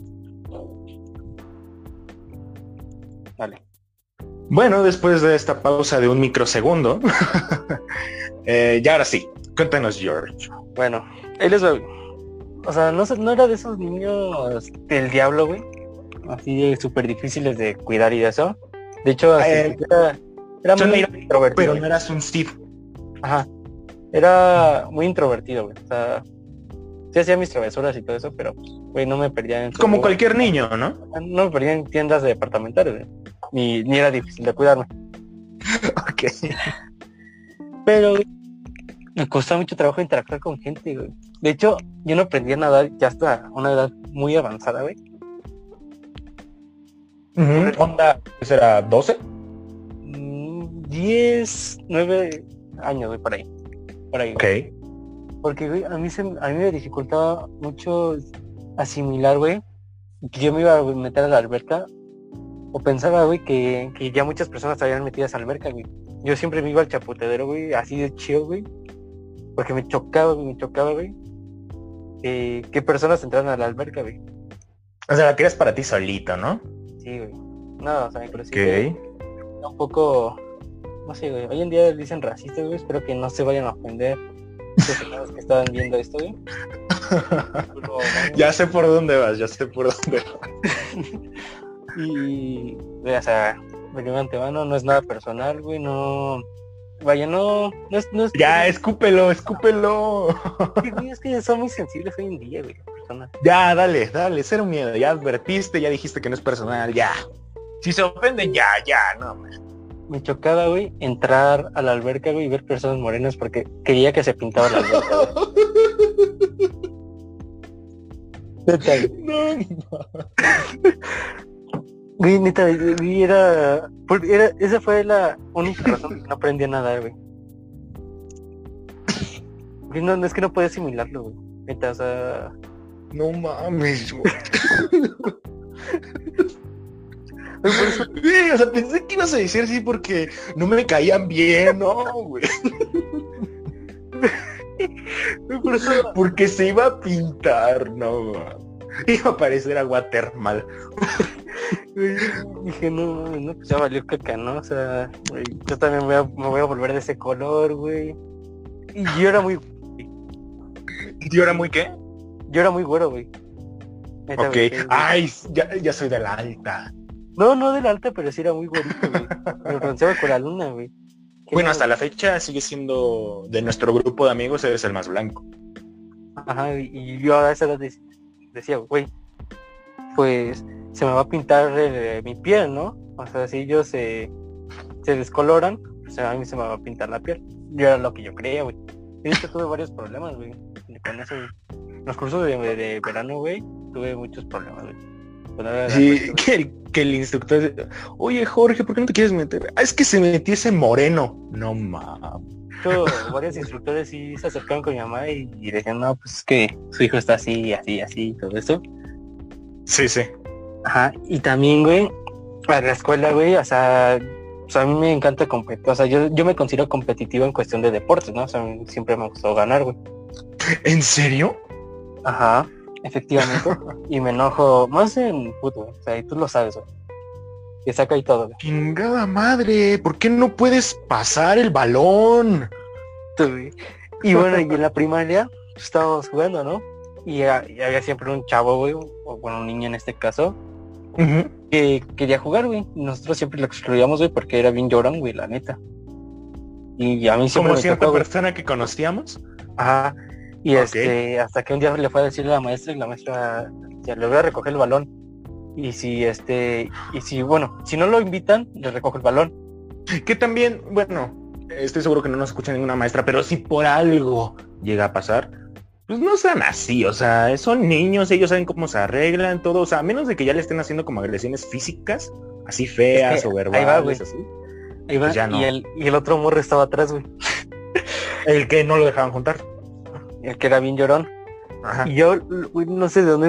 Vale. Bueno, después de esta pausa de un microsegundo, ya ahora sí, cuéntanos, George. Bueno, él es, güey. O sea, no era de esos niños del diablo, güey. Así de súper difíciles de cuidar y de eso. De hecho, así, era muy introvertido. Pero no eras un Steve. Ajá. Era muy introvertido, güey. O sea, sí hacía mis travesuras y todo eso, pero, güey, no me perdía en... Como cualquier niño, ¿no? No me perdía en tiendas departamentales, güey. Ni era difícil de cuidarme. Ok. Pero, güey, me costaba mucho trabajo interactuar con gente, güey. De hecho, yo no aprendí a nadar ya hasta una edad muy avanzada, güey. Onda, ¿eso era 12? 10, 9 años, güey, por ahí. Ok. Porque, güey, a mí me dificultaba mucho asimilar, güey, que yo me iba a meter a la alberca o pensaba, güey, que ya muchas personas estaban metidas a la alberca, güey. Yo siempre me iba al chapoteadero, güey, así de chill, güey, porque me chocaba, güey, que personas entraran a la alberca, güey. O sea, la querías para ti solito, ¿no? Sí, güey. No, o sea, inclusive un poco, no sé, güey, hoy en día dicen racistas, güey, espero que no se vayan a ofender los personas que estaban viendo esto, güey. Pero, ya sé por dónde vas. Y, güey, o sea, de antemano no es nada personal, güey, no... Vaya, no es... Ya, escúpelo. Sí, güey, es que son muy sensibles hoy en día, güey, las personas. Ya, dale, cero miedo. Ya advertiste, ya dijiste que no es personal, ya. Si se ofenden, ya, no, man. Me chocaba, güey, entrar a la alberca, güey, y ver personas morenas porque quería que se pintara la alberca, güey. Güey, neta, güey, esa fue la única razón que no aprendí a nadar, güey. No, es que no podía asimilarlo, güey. Neta, o sea... No mames, güey. O sea, pensé que ibas a decir así porque no me caían bien, no, güey. Porque se iba a pintar, no, iba a parecer agua termal. Dije, no, pues ya valió caca, ¿no? O sea, güey, yo también me voy a volver de ese color, güey. Y yo era muy... ¿Y ahora muy qué? Yo era muy güero, güey. Neta, Ok. güey, Ay, ya soy de la alta. no de la alta, pero sí era muy güerito, güey. Me bronceaba con la luna, güey. Qué Bueno, raro, hasta la güey. fecha sigue siendo de nuestro grupo de amigos, eres el más blanco. Ajá, y yo a esa edad decía, güey, pues se me va a pintar mi piel, ¿no? O sea, si ellos se descoloran, pues a mí se me va a pintar la piel. Yo era lo que yo creía, güey. Y de hecho tuve varios problemas, güey. Con eso, güey. En los cursos de verano, güey, tuve muchos problemas, güey. Con la Sí, cuestión, que el instructor, oye Jorge, ¿por qué no te quieres meter? Ah, es que se metió ese moreno. No mames. varios instructores sí se acercaron con mi mamá y decían, no, pues es que su hijo está así, así, así, y todo eso. Sí, sí. Ajá, y también, güey, a la escuela, güey, o sea, a mí me encanta competir, o sea, yo me considero competitivo en cuestión de deportes, ¿no? O sea, siempre me gustó ganar, güey. ¿En serio? Ajá, efectivamente. Y me enojo más en fútbol, o sea, y tú lo sabes, güey. Que saca y todo, güey. Chingada madre, ¿por qué no puedes pasar el balón? Güey. Y bueno, y en la primaria pues, estábamos jugando, ¿no? Y había siempre un chavo, güey, o bueno, un niño en este caso, Ujú. que quería jugar, güey. Nosotros siempre lo excluíamos, güey, porque era bien llorón, güey, la neta. Y a mí siempre Como me cierta tocó, güey. persona que conocíamos. Ajá. Y Ok. hasta que un día le fue a decirle a la maestra y la maestra ya le voy a recoger el balón. Y si bueno, si no lo invitan, le recojo el balón. Que también, bueno, estoy seguro que no nos escucha ninguna maestra, pero si por algo llega a pasar, pues no sean así, o sea, son niños, ellos saben cómo se arreglan, todo, o sea, a menos de que ya le estén haciendo como agresiones físicas, así feas o Ahí va, verbales, güey. así. Ahí va, Pues ya no. y el otro morro estaba atrás, güey. El que no lo dejaban juntar. El que era bien llorón. Ajá. Y yo, güey, no sé de dónde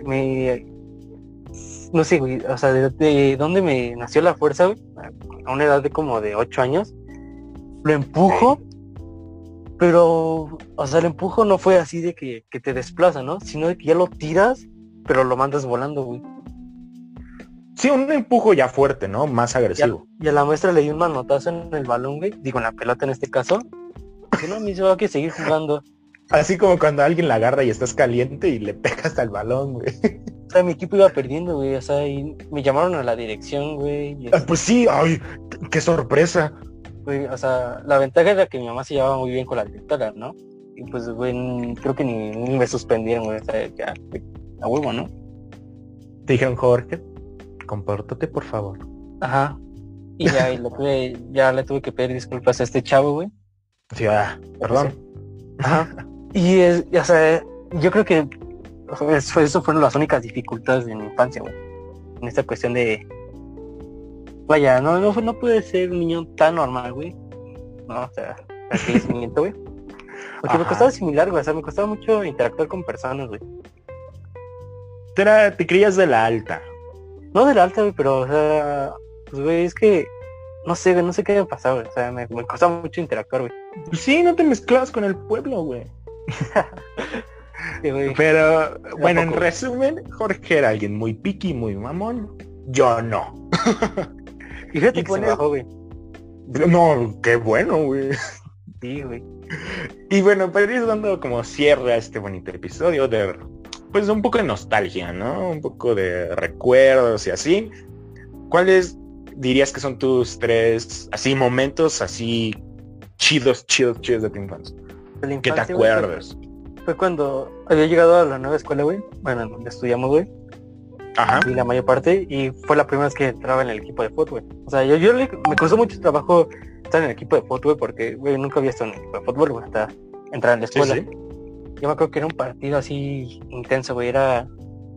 no sé, güey, o sea, de dónde me nació la fuerza, güey. A una edad de como de 8 años. Lo empujo, pero, o sea, el empujo no fue así de que te desplaza, ¿no? Sino de que ya lo tiras, pero lo mandas volando, güey. Sí, un empujo ya fuerte, ¿no? Más agresivo. Y a la maestra le di un manotazo en el balón, güey. Digo, en la pelota en este caso. Que no, me hizo que seguir jugando. Así como cuando alguien la agarra y estás caliente y le pegas al balón, güey. O sea, mi equipo iba perdiendo, güey. O sea, y me llamaron a la dirección, güey. Y, Pues sí, ay, qué sorpresa. güey, o sea, la ventaja era que mi mamá se llevaba muy bien con la directora, ¿no? Y pues, güey, creo que ni me suspendieron, güey. O sea, ya, güey, a huevo, ¿no? Te dijeron, Jorge, compórtate, por favor. Ajá. Y ya, ya le tuve que pedir disculpas a este chavo, güey. Sí, perdón. Ajá. O sea, yo creo que eso fueron las únicas dificultades de mi infancia, güey. En esta cuestión de... Vaya, no puede ser un niño tan normal, güey. No, o sea, el crecimiento, güey. Porque me Ajá. costaba asimilar, güey. O sea, me costaba mucho interactuar con personas, güey. Te creías de la alta. No de la alta, güey, pero, o sea... Pues, güey, es que... No sé, güey, no sé qué me pasaba, güey. O sea, me costaba mucho interactuar, güey. Pues sí, no te mezclabas con el pueblo, güey. Sí, güey. Pero, bueno, en poco. resumen, Jorge era alguien muy piqui, muy mamón. Yo no. Y fíjate Y que se bueno, bajó, güey. No, qué bueno, güey. Sí, güey. Y bueno, para ir dando como cierre a este bonito episodio de, pues un poco de nostalgia, ¿no? Un poco de recuerdos y así. ¿Cuáles dirías que son tus tres, así, momentos así chidos de tu infancia? De la Que te infancia, güey, acuerdes. fue cuando había llegado a la nueva escuela, güey. Bueno, donde estudiamos, güey. Ajá. Y la mayor parte. Y fue la primera vez que entraba en el equipo de fútbol, güey. O sea, me costó mucho trabajo estar en el equipo de fútbol, güey, porque, güey, nunca había estado en el equipo de fútbol, güey, hasta entrar en la Sí, escuela. sí. Yo me acuerdo que era un partido así intenso, güey. Era,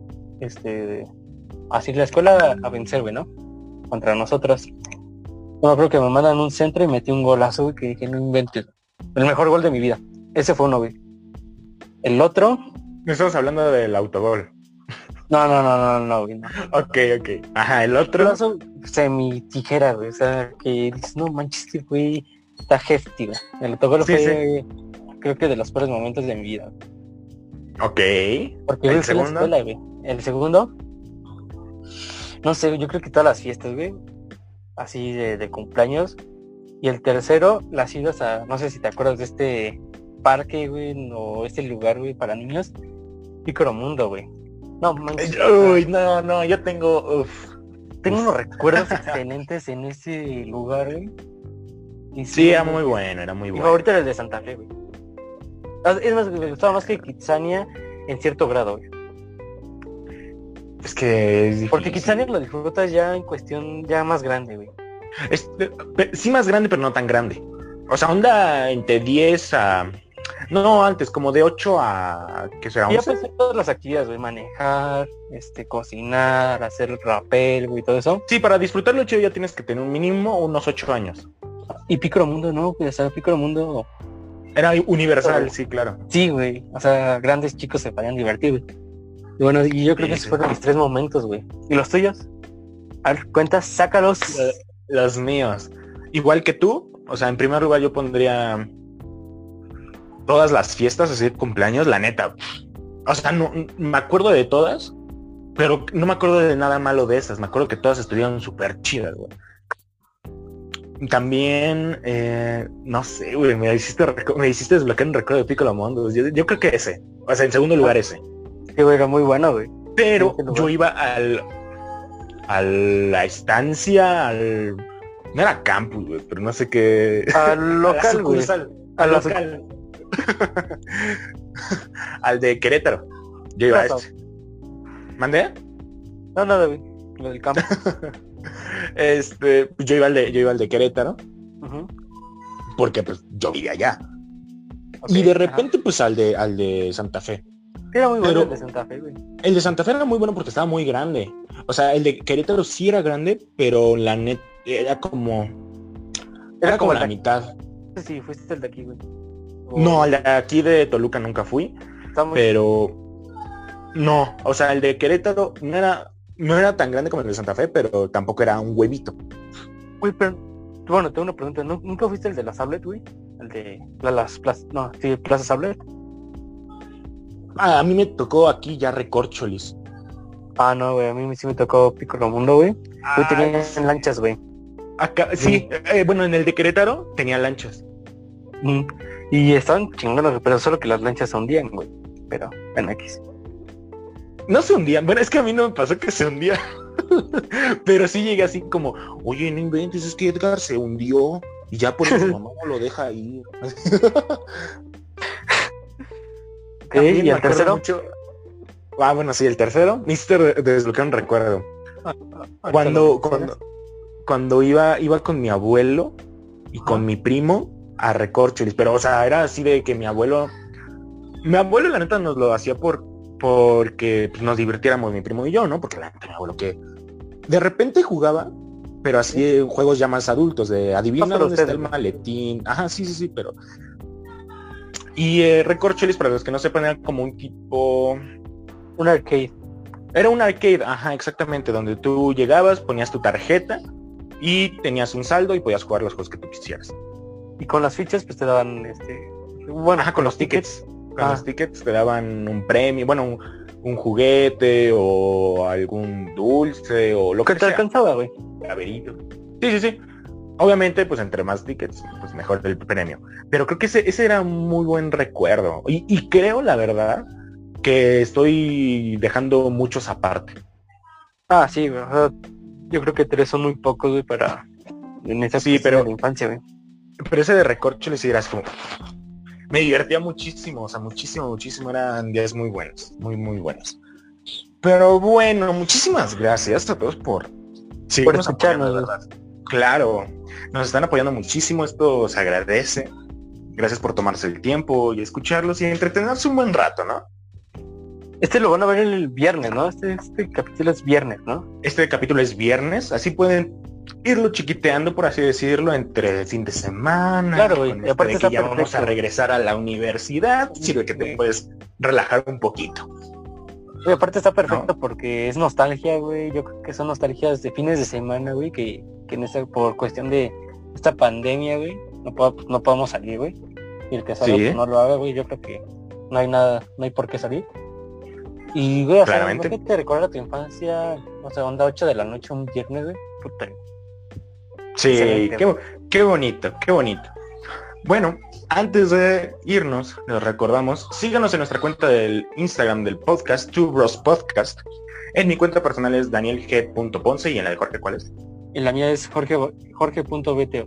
así la escuela a vencer, güey, ¿no? Contra nosotros. Yo me acuerdo que me mandan un centro y metí un golazo, güey, que dije, no inventes. El mejor gol de mi vida. Ese fue uno, güey. El otro... Estamos hablando del autogol. No, güey, no. Ok. Ajá, el otro. Golazo semi tijera, güey. O sea, que dices, no manches, que güey, está hefty, güey. El autogol Sí, fue, creo que de los peores momentos de mi vida, güey. Ok. Porque ¿El güey, fue en la segundo? escuela, güey. El segundo, no sé, yo creo que todas las fiestas, güey. Así de cumpleaños. Y el tercero, las idas a, no sé si te acuerdas de este parque, güey, o este lugar, güey, para niños. Picoromundo, güey. No, manches. Uy, no, yo tengo... Tengo unos recuerdos excelentes en ese lugar, güey. Y Sí, era muy bueno, era muy Mi bueno. favorito era el de Santa Fe, güey. Es más, me gustaba más que Kitsania en cierto grado, güey. Es que es Porque difícil. Kitsania lo disfrutas ya en cuestión ya más grande, güey. Sí más grande, pero no tan grande. O sea, onda entre 10 a... No, antes, como de 8 a... ¿Qué será? Y ya 11. pensé todas las actividades, güey. Manejar, cocinar, hacer rapel, güey, todo eso. Sí, para disfrutarlo chido ya tienes que tener un mínimo unos 8 años. Y Piccolo Mundo, ¿no? Pues, o sea, Piccolo Mundo... Era universal, sí, claro. Sí, güey. O sea, grandes chicos se podían divertir, güey. Y bueno, y yo creo que Sí, esos sí. fueron mis 3 momentos, güey. ¿Y los tuyos? A ver, cuentas, sácalos. Los míos. Igual que tú, o sea, en primer lugar yo pondría todas las fiestas, así de cumpleaños, la neta. O sea, no me acuerdo de todas, pero no me acuerdo de nada malo de esas. Me acuerdo que todas estuvieron súper chidas, güey. También, no sé, güey, me hiciste desbloquear un recuerdo de Piccolo Mundo. Yo creo que ese. O sea, en segundo lugar ese. Sí, güey, era muy bueno, güey. Pero ¿En qué lugar? yo iba a la estancia, no era campus, güey, pero no sé qué. Al local, güey. Al local. Al de Querétaro. Yo iba a Plaza. este. ¿Mandé? No, nada, güey. Lo del campo. Pues yo iba al de Querétaro, Ujú. porque pues yo vivía allá. Ok, Y de ajá. repente, pues al de Santa Fe. Era muy bueno pero- el de Santa Fe, güey. El de Santa Fe era muy bueno porque estaba muy grande. O sea, el de Querétaro sí era grande, pero la net era como como el la de mitad. aquí. Sí, fuiste el de aquí, güey. No, el de aquí de Toluca nunca fui, Está muy... pero no, o sea, el de Querétaro no era tan grande como el de Santa Fe, pero tampoco era un huevito. Güey, pero... Bueno, tengo una pregunta. ¿Nunca fuiste el de la Sablet, güey? El de las plazas... No, sí, Plaza Sablet. A mí me tocó aquí ya Recorcholis. Ah, no, güey. A mí sí me tocó Piccolo Mundo, güey. Yo tenía en lanchas, güey. Acá, sí, bueno, en el de Querétaro tenía lanchas. Mm. Y estaban chingonas, pero solo que las lanchas se hundían, güey. Pero, bueno, X. No se hundían, bueno, es que a mí no me pasó que se hundía. Pero sí llegué así como, oye, no inventes, es que Edgar se hundió y ya por eso su mamá no lo deja ahí. También ¿Y me el acuerdo tercero? mucho- Ah, bueno, sí, el tercero. Necesito desbloquear un recuerdo. Ahorita Cuando, lo cuando, cuando iba con mi abuelo y Ajá. con mi primo a Recorcholis, pero o sea, era así de que mi abuelo la neta nos lo hacía porque pues, nos divirtiéramos mi primo y yo, ¿no? Porque la neta mi abuelo que de repente jugaba, pero así juegos ya más adultos, de adivina pero dónde está ustedes, el ¿no? maletín. Ajá, sí, pero... Y Recorcholis, para los que no sepan, era como un tipo... Un arcade. Era un arcade, ajá, exactamente, donde tú llegabas, ponías tu tarjeta y tenías un saldo y podías jugar los juegos que tú quisieras. Y con las fichas, pues te daban, bueno, Ajá, con los tickets. Con Ah. los tickets te daban un premio, bueno, un juguete o algún dulce o lo que que te sea. alcanzaba, güey. Llaverito. Sí. Obviamente, pues entre más tickets, pues mejor el premio. Pero creo que ese era un muy buen recuerdo. Y creo, la verdad, que estoy dejando muchos aparte. Ah, sí, güey. O sea, yo creo que 3 son muy pocos, güey, para... En esa Sí, cuestión pero- de la infancia, güey. Pero ese de Recorcholis sí era como... Me divertía muchísimo, o sea, muchísimo. Eran días muy buenos, muy buenos. Pero bueno, muchísimas gracias a todos por seguirnos escucharnos, apoyando, de verdad. Claro, nos están apoyando muchísimo, esto se agradece. Gracias por tomarse el tiempo y escucharlos y entretenerse un buen rato, ¿no? Lo van a ver el viernes, ¿no? Este capítulo es viernes, ¿no? Este capítulo es viernes, así pueden irlo chiquiteando, por así decirlo, entre el fin de semana. Claro, güey, con y esto aparte de que está ya vamos a perfecto. regresar a la universidad, sirve que te Sí. puedes relajar un poquito. Y aparte está perfecto porque es nostalgia, güey. Yo creo que son nostalgias de fines de semana, güey, que en por cuestión de esta pandemia, güey, no podemos salir, güey. Y el que salga, Sí. pues, no lo haga, güey. Yo creo que no hay por qué salir. Y, güey, o sea, Claramente. ¿no que te recuerda tu infancia? O sea, onda 8 de la noche un viernes, güey. Puta. Sí, Excelente. qué bonito. Bueno, Antes de irnos, les recordamos, síganos en nuestra cuenta del Instagram del podcast, Two Bros Podcast. En mi cuenta personal es danielg.ponce y en la de Jorge, ¿cuál es? En la mía es Jorge.bto.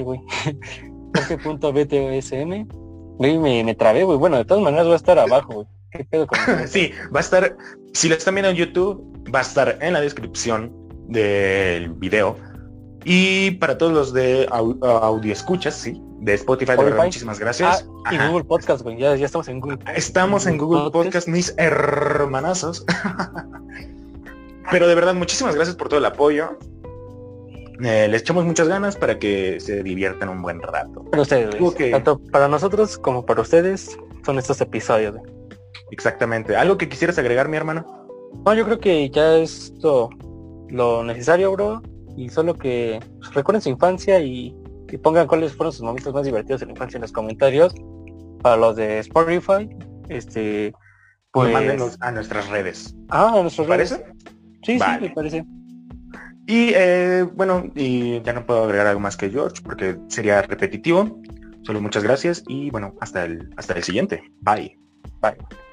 Jorge.btosm. Güey, me trabé, güey. Bueno, de todas maneras va a estar abajo, güey. ¿Qué pedo con eso? Sí, va a estar, si lo están viendo en YouTube, va a estar en la descripción del video. Y para todos los de audio escuchas, sí, de Spotify, de verdad, muchísimas gracias. Y Google Podcast, güey. Ya estamos en Google. Estamos en Google Podcast, mis hermanazos. Pero de verdad, muchísimas gracias por todo el apoyo. Les echamos muchas ganas para que se diviertan un buen rato. Para ustedes, güey. Tanto para nosotros como para ustedes son estos episodios, güey. Exactamente. ¿Algo que quisieras agregar, mi hermano? No, yo creo que ya es lo necesario, bro. Y solo que recuerden su infancia y que pongan cuáles fueron sus momentos más divertidos en la infancia en los comentarios. Para los de Spotify, pues mándenlos a nuestras redes. A nuestras redes. ¿Parece? Sí, vale. Sí, me parece. Y bueno, y ya no puedo agregar algo más que George porque sería repetitivo. Solo muchas gracias y bueno, hasta el siguiente. Bye. Bye.